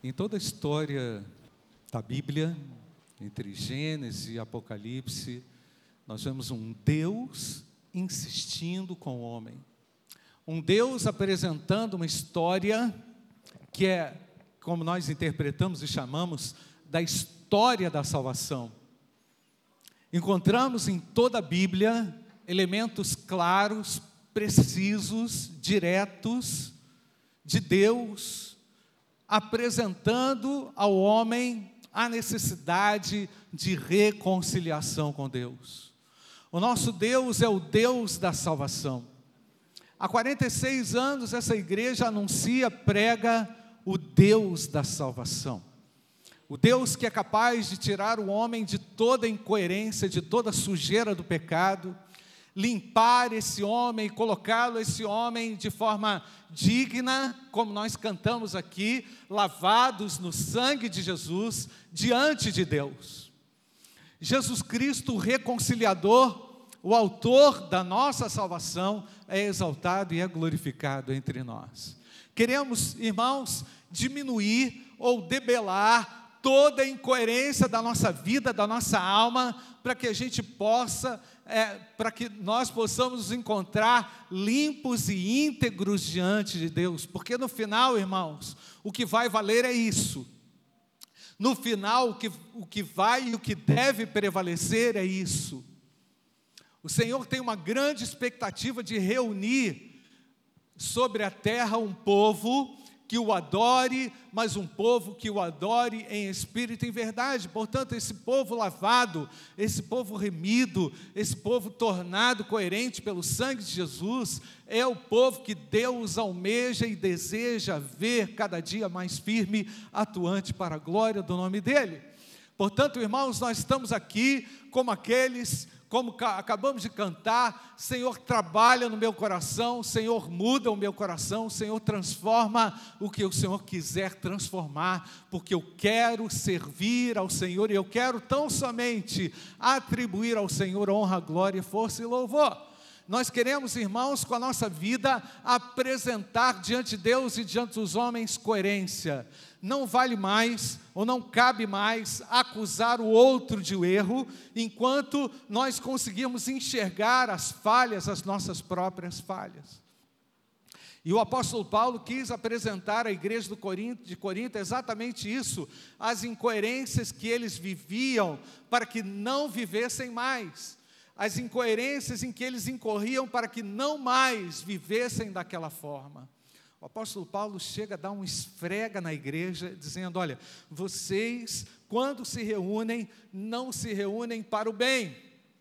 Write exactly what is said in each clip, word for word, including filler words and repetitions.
Em toda a história da Bíblia, entre Gênesis e Apocalipse, nós vemos um Deus insistindo com o homem. Um Deus apresentando uma história que é, como nós interpretamos e chamamos, da história da salvação. Encontramos em toda a Bíblia elementos claros, precisos, diretos, de Deus, apresentando ao homem a necessidade de reconciliação com Deus. O nosso Deus é o Deus da salvação. Há quarenta e seis anos essa igreja anuncia, prega o Deus da salvação. O Deus que é capaz de tirar o homem de toda incoerência, de toda sujeira do pecado, limpar esse homem, colocá-lo, esse homem, de forma digna, como nós cantamos aqui, lavados no sangue de Jesus, diante de Deus. Jesus Cristo, o reconciliador, o autor da nossa salvação, é exaltado e é glorificado entre nós. Queremos, irmãos, diminuir ou debelar toda a incoerência da nossa vida, da nossa alma, para que a gente possa, é, para que nós possamos nos encontrar limpos e íntegros diante de Deus, porque no final, irmãos, o que vai valer é isso. No final, o que, o que vai e o que deve prevalecer é isso. O Senhor tem uma grande expectativa de reunir sobre a terra um povo que o adore, mas um povo que o adore em espírito e em verdade. Portanto, esse povo lavado, esse povo remido, esse povo tornado coerente pelo sangue de Jesus, é o povo que Deus almeja e deseja ver cada dia mais firme, atuante para a glória do nome dEle. Portanto, irmãos, nós estamos aqui como aqueles, como acabamos de cantar, Senhor, trabalha no meu coração, Senhor, muda o meu coração, Senhor, transforma o que o Senhor quiser transformar, porque eu quero servir ao Senhor, e eu quero tão somente atribuir ao Senhor honra, glória, força e louvor. Nós queremos, irmãos, com a nossa vida, apresentar diante de Deus e diante dos homens coerência. Não vale mais, ou não cabe mais, acusar o outro de erro, enquanto nós conseguirmos enxergar as falhas, as nossas próprias falhas. E o apóstolo Paulo quis apresentar à igreja do Corinto, de Corinto exatamente isso, as incoerências que eles viviam, para que não vivessem mais, as incoerências em que eles incorriam, para que não mais vivessem daquela forma. O apóstolo Paulo chega a dar um esfrega na igreja, dizendo, olha, vocês, quando se reúnem, não se reúnem para o bem.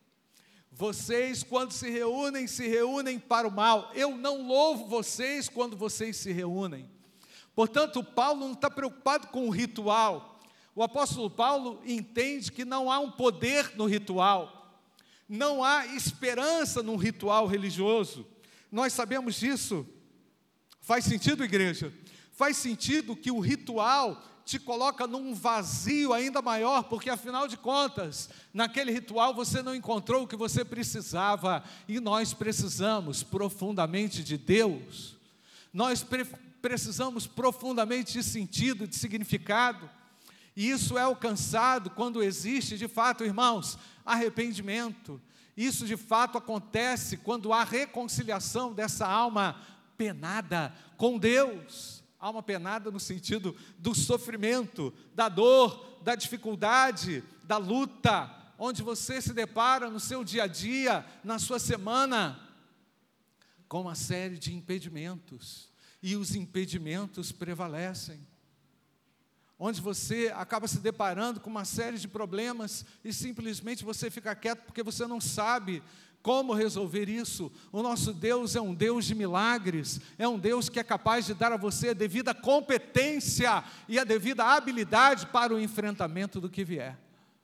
Vocês, quando se reúnem, se reúnem para o mal. Eu não louvo vocês quando vocês se reúnem. Portanto, Paulo não está preocupado com o ritual. O apóstolo Paulo entende que não há um poder no ritual. Não há esperança num ritual religioso. Nós sabemos disso. Faz sentido, igreja? Faz sentido que o ritual te coloca num vazio ainda maior, porque afinal de contas, naquele ritual você não encontrou o que você precisava, e nós precisamos profundamente de Deus. Nós pre- precisamos profundamente de sentido, de significado, e isso é alcançado quando existe, de fato, irmãos, arrependimento. Isso de fato acontece quando há reconciliação dessa alma penada com Deus, alma penada no sentido do sofrimento, da dor, da dificuldade, da luta, onde você se depara no seu dia a dia, na sua semana, com uma série de impedimentos, e os impedimentos prevalecem, onde você acaba se deparando com uma série de problemas, e simplesmente você fica quieto, porque você não sabe como resolver isso. O nosso Deus é um Deus de milagres, é um Deus que é capaz de dar a você a devida competência e a devida habilidade para o enfrentamento do que vier.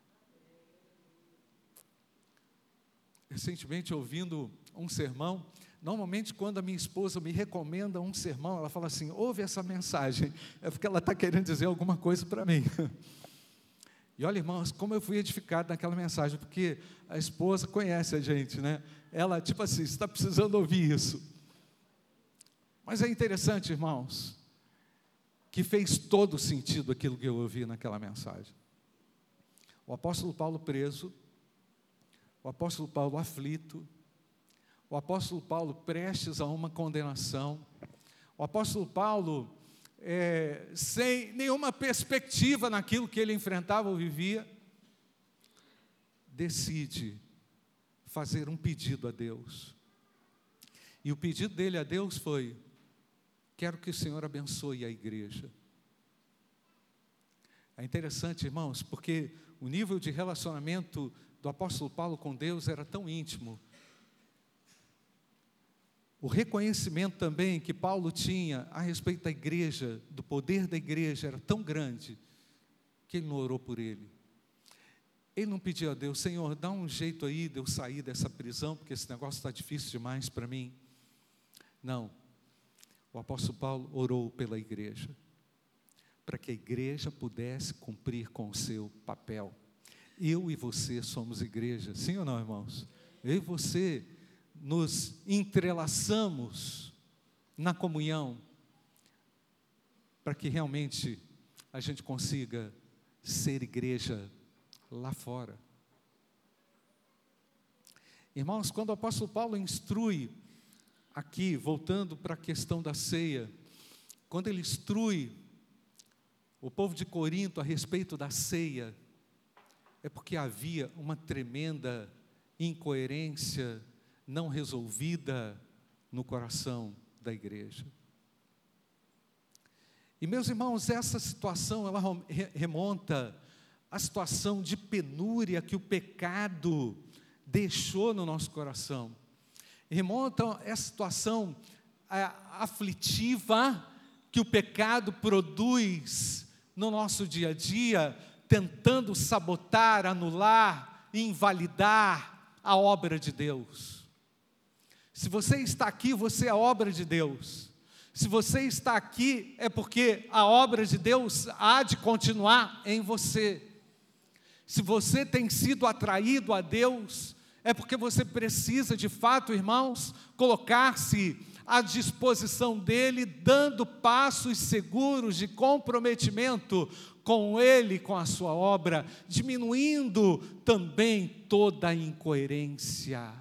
Recentemente, ouvindo um sermão, normalmente quando a minha esposa me recomenda um sermão, ela fala assim, ouve essa mensagem, é porque ela está querendo dizer alguma coisa para mim. E olha, irmãos, como eu fui edificado naquela mensagem, porque a esposa conhece a gente, né? Ela, tipo assim, você está precisando ouvir isso. Mas é interessante, irmãos, que fez todo sentido aquilo que eu ouvi naquela mensagem. O apóstolo Paulo preso, o apóstolo Paulo aflito, o apóstolo Paulo prestes a uma condenação, o apóstolo Paulo é, sem nenhuma perspectiva naquilo que ele enfrentava ou vivia, decide fazer um pedido a Deus. E o pedido dele a Deus foi: quero que o Senhor abençoe a igreja. É interessante, irmãos, porque o nível de relacionamento do apóstolo Paulo com Deus era tão íntimo. O reconhecimento também que Paulo tinha a respeito da igreja, do poder da igreja, era tão grande, que ele não orou por ele. Ele não pediu a Deus: Senhor, dá um jeito aí de eu sair dessa prisão, porque esse negócio está difícil demais para mim. Não. O apóstolo Paulo orou pela igreja, para que a igreja pudesse cumprir com o seu papel. Eu e você somos igreja, sim ou não, irmãos? Eu e você nos entrelaçamos na comunhão, para que realmente a gente consiga ser igreja lá fora. Irmãos, quando o apóstolo Paulo instrui, aqui, voltando para a questão da ceia, quando ele instrui o povo de Corinto a respeito da ceia, é porque havia uma tremenda incoerência não resolvida no coração da igreja. E, meus irmãos, essa situação, ela remonta à situação de penúria que o pecado deixou no nosso coração. Remonta a essa situação aflitiva que o pecado produz no nosso dia a dia, tentando sabotar, anular, invalidar a obra de Deus. Se você está aqui, você é a obra de Deus. Se você está aqui, é porque a obra de Deus há de continuar em você. Se você tem sido atraído a Deus, é porque você precisa, de fato, irmãos, colocar-se à disposição dEle, dando passos seguros de comprometimento com Ele, com a sua obra, diminuindo também toda a incoerência.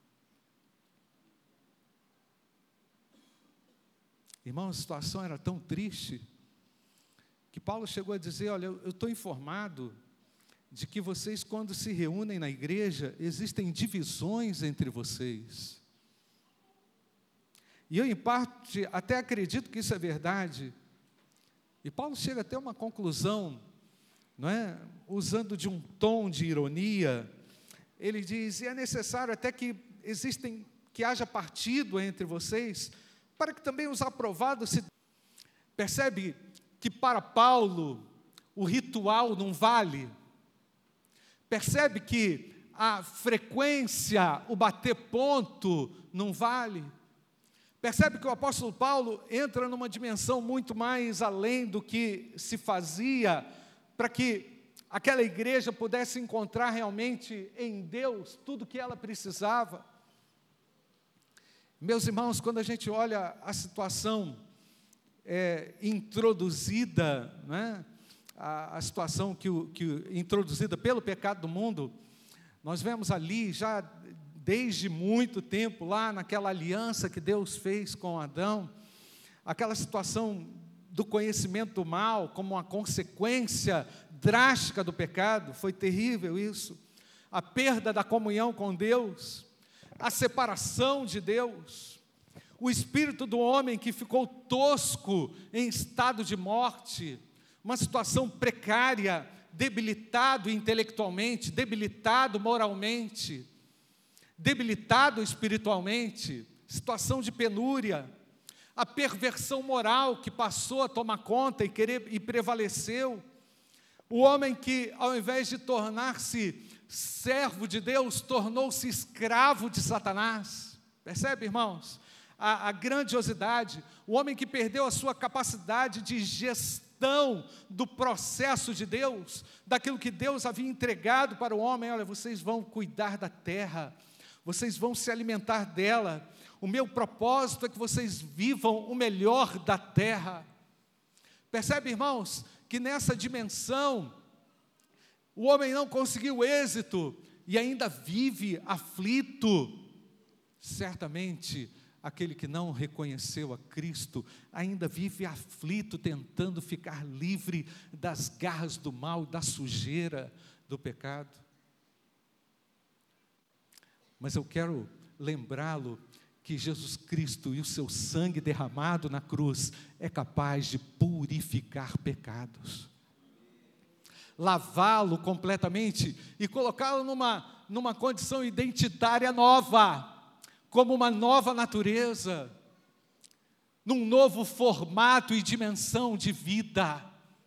Irmão, a situação era tão triste, que Paulo chegou a dizer: olha, eu estou informado de que vocês, quando se reúnem na igreja, existem divisões entre vocês. E eu, em parte, até acredito que isso é verdade. E Paulo chega até uma conclusão, não é? Usando de um tom de ironia, ele diz: e é necessário até que existem, que haja partido entre vocês, para que também os aprovados se... Percebe que para Paulo o ritual não vale? Percebe que a frequência, o bater ponto não vale? Percebe que o apóstolo Paulo entra numa dimensão muito mais além do que se fazia, para que aquela igreja pudesse encontrar realmente em Deus tudo o que ela precisava. Meus irmãos, quando a gente olha a situação é, introduzida, né, a, a situação que, que introduzida pelo pecado do mundo, nós vemos ali já desde muito tempo, lá naquela aliança que Deus fez com Adão, aquela situação do conhecimento do mal como uma consequência drástica do pecado, foi terrível isso, a perda da comunhão com Deus, a separação de Deus, o espírito do homem que ficou tosco em estado de morte, uma situação precária, debilitado intelectualmente, debilitado moralmente, debilitado espiritualmente, situação de penúria, a perversão moral que passou a tomar conta e, querer, e prevaleceu, o homem que, ao invés de tornar-se servo de Deus, tornou-se escravo de Satanás. Percebe, irmãos? A, a grandiosidade, o homem que perdeu a sua capacidade de gestão do processo de Deus, daquilo que Deus havia entregado para o homem. Olha, vocês vão cuidar da terra, vocês vão se alimentar dela, o meu propósito é que vocês vivam o melhor da terra. Percebe, irmãos, que nessa dimensão, o homem não conseguiu êxito e ainda vive aflito. Certamente, aquele que não reconheceu a Cristo, ainda vive aflito, tentando ficar livre das garras do mal, da sujeira do pecado. Mas eu quero lembrá-lo que Jesus Cristo e o seu sangue derramado na cruz é capaz de purificar pecados, lavá-lo completamente e colocá-lo numa, numa condição identitária nova, como uma nova natureza, num novo formato e dimensão de vida,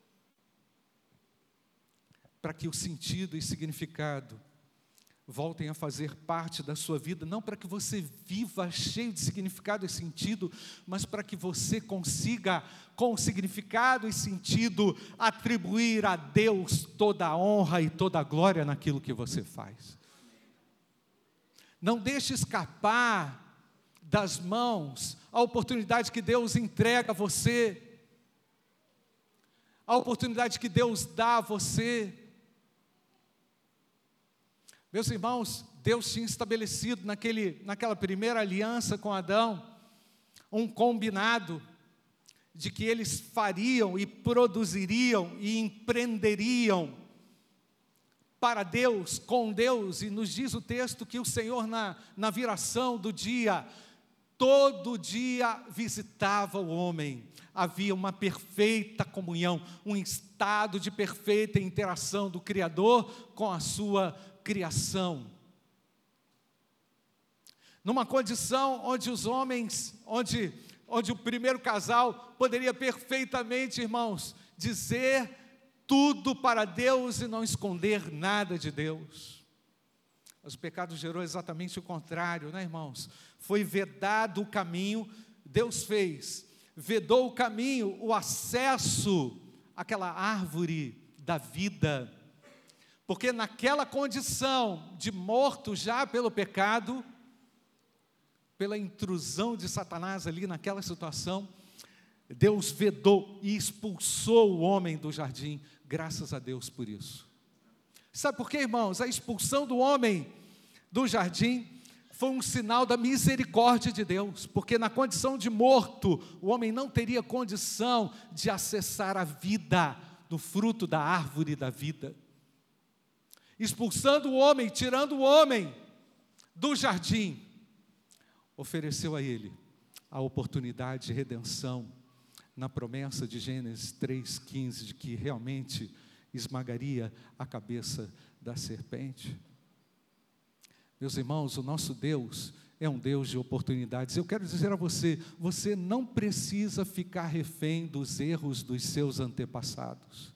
para que o sentido e significado voltem a fazer parte da sua vida, não para que você viva cheio de significado e sentido, mas para que você consiga, com significado e sentido, atribuir a Deus toda a honra e toda a glória naquilo que você faz. Não deixe escapar das mãos a oportunidade que Deus entrega a você, a oportunidade que Deus dá a você. Meus irmãos, Deus tinha estabelecido naquele, naquela primeira aliança com Adão, um combinado de que eles fariam e produziriam e empreenderiam para Deus, com Deus, e nos diz o texto que o Senhor na, na viração do dia, todo dia visitava o homem, havia uma perfeita comunhão, um estado de perfeita interação do Criador com a sua criação, numa condição onde os homens, onde, onde o primeiro casal poderia perfeitamente, irmãos, dizer tudo para Deus e não esconder nada de Deus. Mas o pecado gerou exatamente o contrário, né, irmãos? Foi vedado o caminho, Deus fez, vedou o caminho, o acesso àquela árvore da vida, porque naquela condição de morto já pelo pecado, pela intrusão de Satanás ali naquela situação, Deus vedou e expulsou o homem do jardim, graças a Deus por isso. Sabe por quê, irmãos? A expulsão do homem do jardim foi um sinal da misericórdia de Deus, porque na condição de morto, o homem não teria condição de acessar a vida do fruto da árvore da vida. Expulsando o homem, tirando o homem do jardim, ofereceu a ele a oportunidade de redenção, na promessa de Gênesis três, quinze, de que realmente esmagaria a cabeça da serpente. Meus irmãos, o nosso Deus é um Deus de oportunidades. Eu quero dizer a você, você não precisa ficar refém dos erros dos seus antepassados.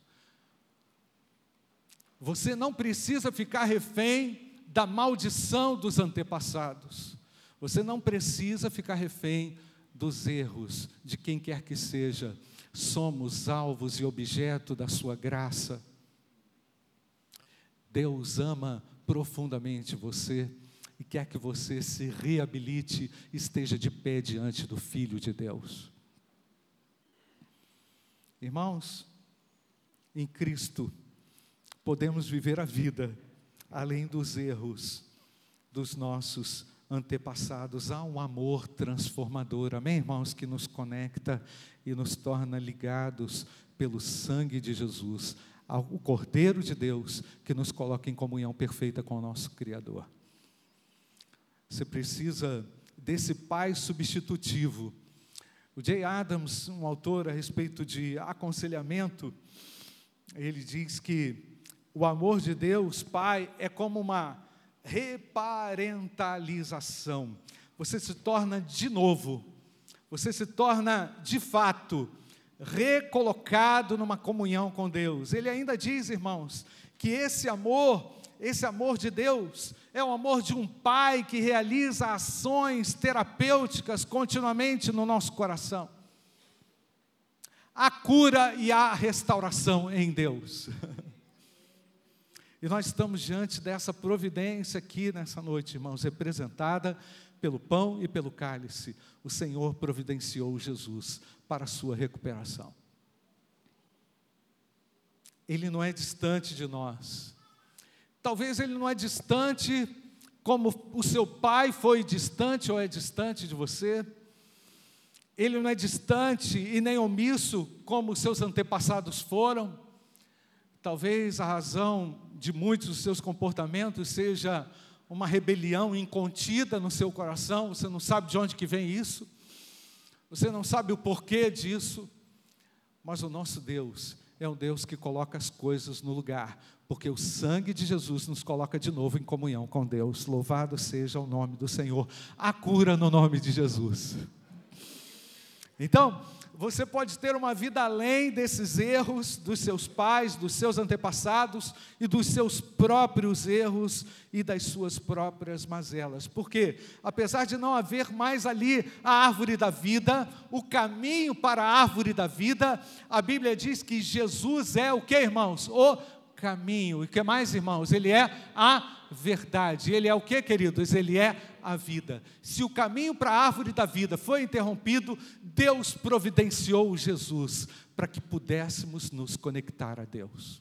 Você não precisa ficar refém da maldição dos antepassados. Você não precisa ficar refém dos erros de quem quer que seja. Somos alvos e objeto da sua graça. Deus ama profundamente você e quer que você se reabilite, esteja de pé diante do Filho de Deus. Irmãos, em Cristo, podemos viver a vida além dos erros dos nossos antepassados. Há um amor transformador, amém, irmãos, que nos conecta e nos torna ligados pelo sangue de Jesus, ao Cordeiro de Deus, que nos coloca em comunhão perfeita com o nosso Criador. Você precisa desse Pai substitutivo. O Jay Adams, um autor a respeito de aconselhamento, ele diz que o amor de Deus, Pai, é como uma reparentalização. Você se torna de novo, você se torna de fato recolocado numa comunhão com Deus. Ele ainda diz, irmãos, que esse amor, esse amor de Deus, é o amor de um Pai que realiza ações terapêuticas continuamente no nosso coração. A cura e a restauração em Deus. E nós estamos diante dessa providência aqui nessa noite, irmãos, representada pelo pão e pelo cálice. O Senhor providenciou Jesus para a sua recuperação. Ele não é distante de nós. Talvez Ele não é distante como o seu pai foi distante ou é distante de você. Ele não é distante e nem omisso como os seus antepassados foram. Talvez a razão de muitos dos seus comportamentos seja uma rebelião incontida no seu coração. Você não sabe de onde que vem isso. Você não sabe o porquê disso. Mas o nosso Deus é um Deus que coloca as coisas no lugar, porque o sangue de Jesus nos coloca de novo em comunhão com Deus. Louvado seja o nome do Senhor. A cura no nome de Jesus. Então, você pode ter uma vida além desses erros dos seus pais, dos seus antepassados e dos seus próprios erros e das suas próprias mazelas. Porque, apesar de não haver mais ali a árvore da vida, o caminho para a árvore da vida, a Bíblia diz que Jesus é o que, irmãos? O caminho. E o que mais, irmãos? Ele é a verdade. Ele é o que, queridos? Ele é a vida. Se o caminho para a árvore da vida foi interrompido, Deus providenciou Jesus para que pudéssemos nos conectar a Deus.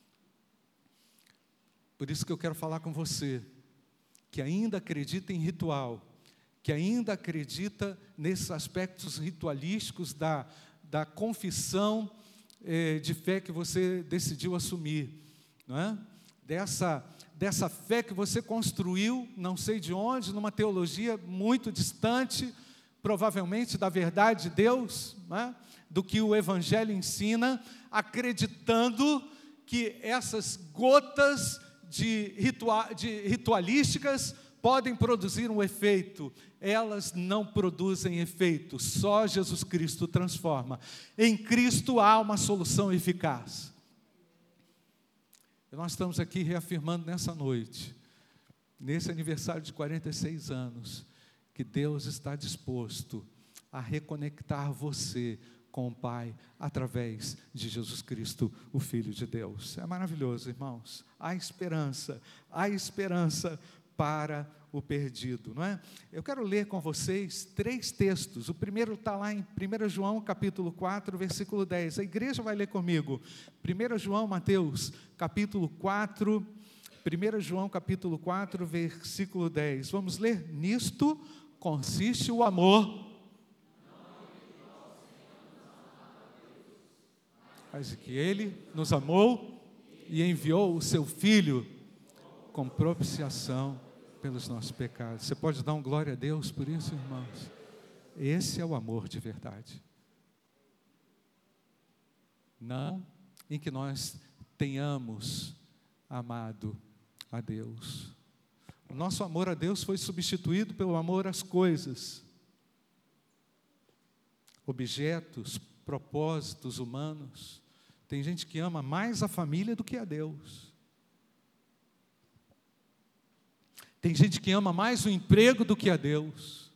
Por isso que eu quero falar com você, que ainda acredita em ritual, que ainda acredita nesses aspectos ritualísticos da, da confissão eh, de fé que você decidiu assumir, não é? Dessa, dessa fé que você construiu, não sei de onde, numa teologia muito distante, provavelmente da verdade de Deus, não é? Do que o Evangelho ensina, acreditando que essas gotas de, ritua, de ritualísticas podem produzir um efeito. Elas não produzem efeito, só Jesus Cristo transforma. Em Cristo há uma solução eficaz. E nós estamos aqui reafirmando nessa noite, nesse aniversário de quarenta e seis anos, que Deus está disposto a reconectar você com o Pai através de Jesus Cristo, o Filho de Deus. É maravilhoso, irmãos. Há esperança, há esperança para o perdido, não é? Eu quero ler com vocês três textos. O primeiro está lá em primeiro João, capítulo quatro, versículo dez. A igreja vai ler comigo. primeiro João, Mateus, capítulo quatro, primeiro João, capítulo quatro, versículo dez. Vamos ler? Nisto consiste o amor. Mas que Ele nos amou e enviou o Seu Filho com propiciação pelos nossos pecados. Você pode dar um glória a Deus por isso, irmãos? Esse é o amor de verdade. Não em que nós tenhamos amado a Deus. O nosso amor a Deus foi substituído pelo amor às coisas, objetos, propósitos humanos. Tem gente que ama mais a família do que a Deus. Tem gente que ama mais o emprego do que a Deus.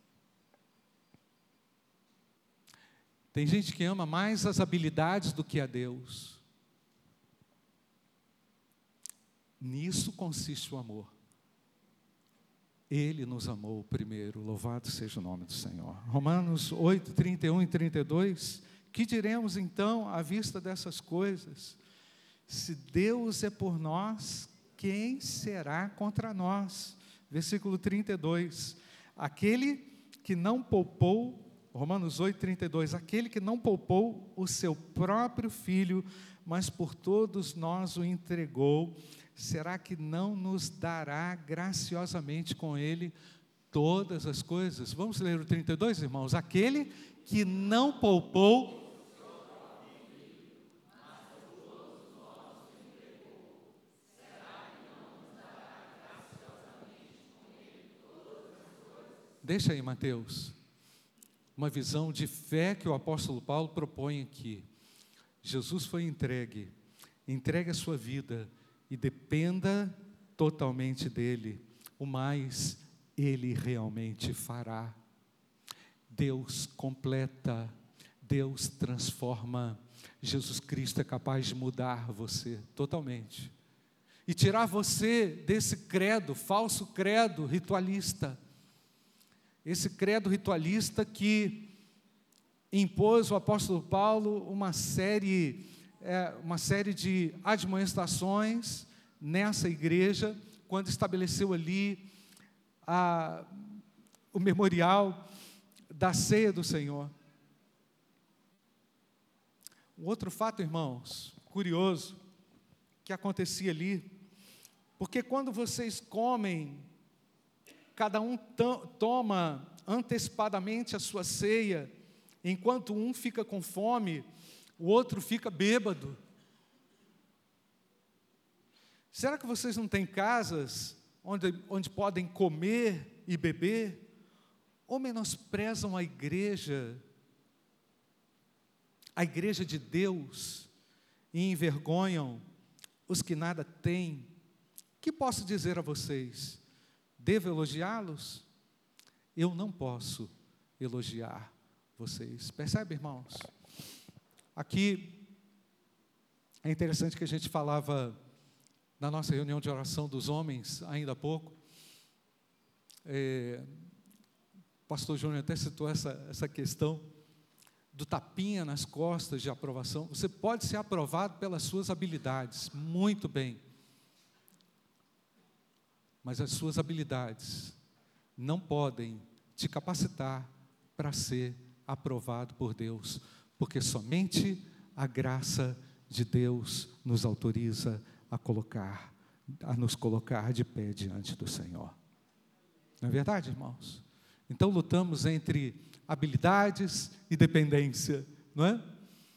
Tem gente que ama mais as habilidades do que a Deus. Nisso consiste o amor. Ele nos amou primeiro, louvado seja o nome do Senhor. Romanos oito, trinta e um e trinta e dois, que diremos então à vista dessas coisas? Se Deus é por nós, quem será contra nós? Versículo trinta e dois, aquele que não poupou, Romanos oito, trinta e dois, aquele que não poupou o seu próprio filho, mas por todos nós o entregou, será que não nos dará graciosamente com ele todas as coisas? Vamos ler o trinta e dois, irmãos? Aquele que não poupou Deixa aí, Mateus, uma visão de fé que o apóstolo Paulo propõe aqui. Jesus foi entregue, entregue a sua vida e dependa totalmente dele. O mais ele realmente fará. Deus completa, Deus transforma. Jesus Cristo é capaz de mudar você totalmente e tirar você desse credo, falso credo ritualista. Esse credo ritualista que impôs o apóstolo Paulo uma série é, uma série de admoestações nessa igreja, quando estabeleceu ali a, o memorial da ceia do Senhor. Um outro fato, irmãos, curioso, que acontecia ali, porque quando vocês comem, cada um to- toma antecipadamente a sua ceia, enquanto um fica com fome, o outro fica bêbado. Será que vocês não têm casas onde, onde podem comer e beber? Ou menosprezam a igreja, a igreja de Deus, e envergonham os que nada têm? Que posso dizer a vocês? Devo elogiá-los? Eu não posso elogiar vocês. Percebe, irmãos? Aqui é interessante que a gente falava na nossa reunião de oração dos homens, ainda há pouco. É, o pastor Júnior até citou essa, essa questão do tapinha nas costas de aprovação. Você pode ser aprovado pelas suas habilidades, muito bem. Mas as suas habilidades não podem te capacitar para ser aprovado por Deus, porque somente a graça de Deus nos autoriza a colocar, a nos colocar de pé diante do Senhor. Não é verdade, irmãos? Então lutamos entre habilidades e dependência, não é?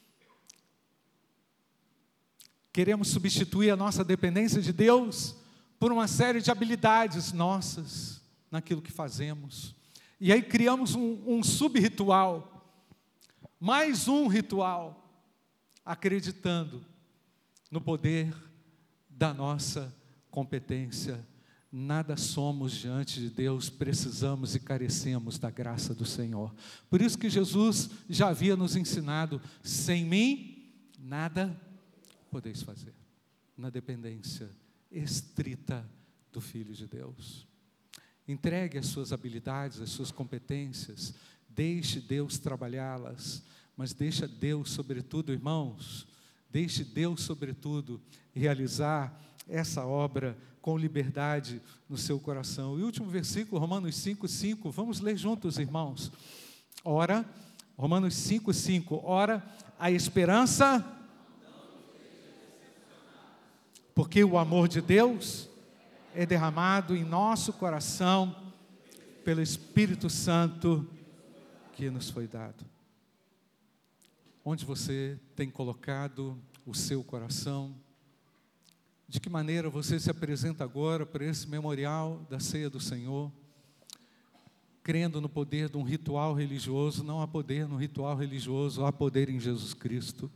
Queremos substituir a nossa dependência de Deus por uma série de habilidades nossas naquilo que fazemos. E aí criamos um, um sub-ritual, mais um ritual, acreditando no poder da nossa competência. Nada somos diante de Deus, precisamos e carecemos da graça do Senhor. Por isso que Jesus já havia nos ensinado: sem mim, nada podeis fazer. Na dependência estrita do Filho de Deus. Entregue as suas habilidades, as suas competências, deixe Deus trabalhá-las, mas deixa Deus, sobretudo, irmãos, deixe Deus, sobretudo, realizar essa obra com liberdade no seu coração. E o último versículo, Romanos cinco, cinco, vamos ler juntos, irmãos. Ora, Romanos cinco, cinco, ora, a esperança, porque o amor de Deus é derramado em nosso coração pelo Espírito Santo que nos foi dado. Onde você tem colocado o seu coração? De que maneira você se apresenta agora para esse memorial da ceia do Senhor? Crendo no poder de um ritual religioso? Não há poder no ritual religioso, há poder em Jesus Cristo.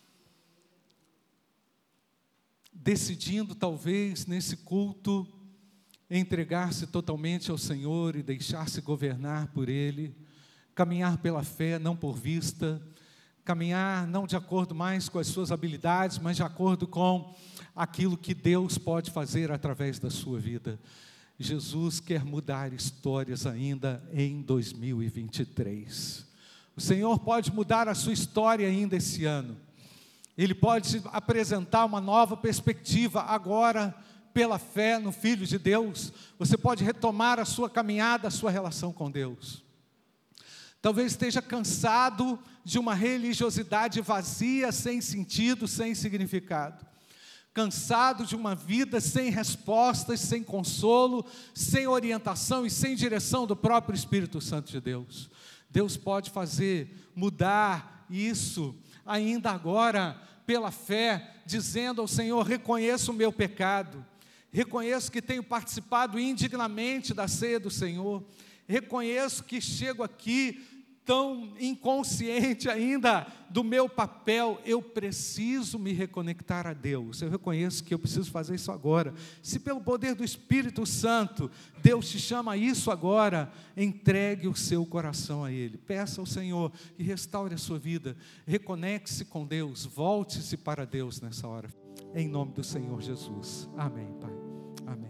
Decidindo talvez nesse culto entregar-se totalmente ao Senhor e deixar-se governar por Ele, caminhar pela fé, não por vista, caminhar não de acordo mais com as suas habilidades, mas de acordo com aquilo que Deus pode fazer através da sua vida. Jesus quer mudar histórias ainda em dois mil e vinte e três. O Senhor pode mudar a sua história ainda esse ano. Ele pode apresentar uma nova perspectiva agora, pela fé no Filho de Deus. Você pode retomar a sua caminhada, a sua relação com Deus. Talvez esteja cansado de uma religiosidade vazia, sem sentido, sem significado. Cansado de uma vida sem respostas, sem consolo, sem orientação e sem direção do próprio Espírito Santo de Deus. Deus pode fazer, mudar isso ainda agora, pela fé, dizendo ao Senhor: reconheço o meu pecado, reconheço que tenho participado indignamente da ceia do Senhor, reconheço que chego aqui tão inconsciente ainda do meu papel. Eu preciso me reconectar a Deus. Eu reconheço que eu preciso fazer isso agora. Se pelo poder do Espírito Santo Deus te chama a isso agora, entregue o seu coração a Ele. Peça ao Senhor que restaure a sua vida. Reconecte-se com Deus. Volte-se para Deus nessa hora. Em nome do Senhor Jesus. Amém, Pai. Amém.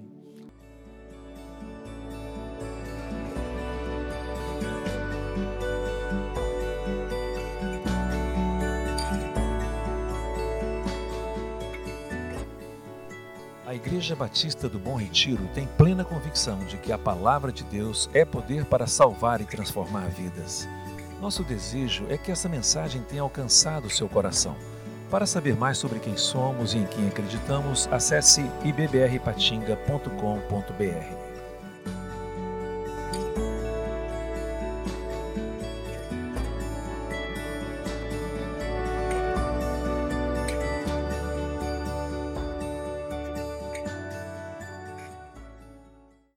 A Igreja Batista do Bom Retiro tem plena convicção de que a palavra de Deus é poder para salvar e transformar vidas. Nosso desejo é que essa mensagem tenha alcançado o seu coração. Para saber mais sobre quem somos e em quem acreditamos, acesse i b b r patinga ponto com ponto b r.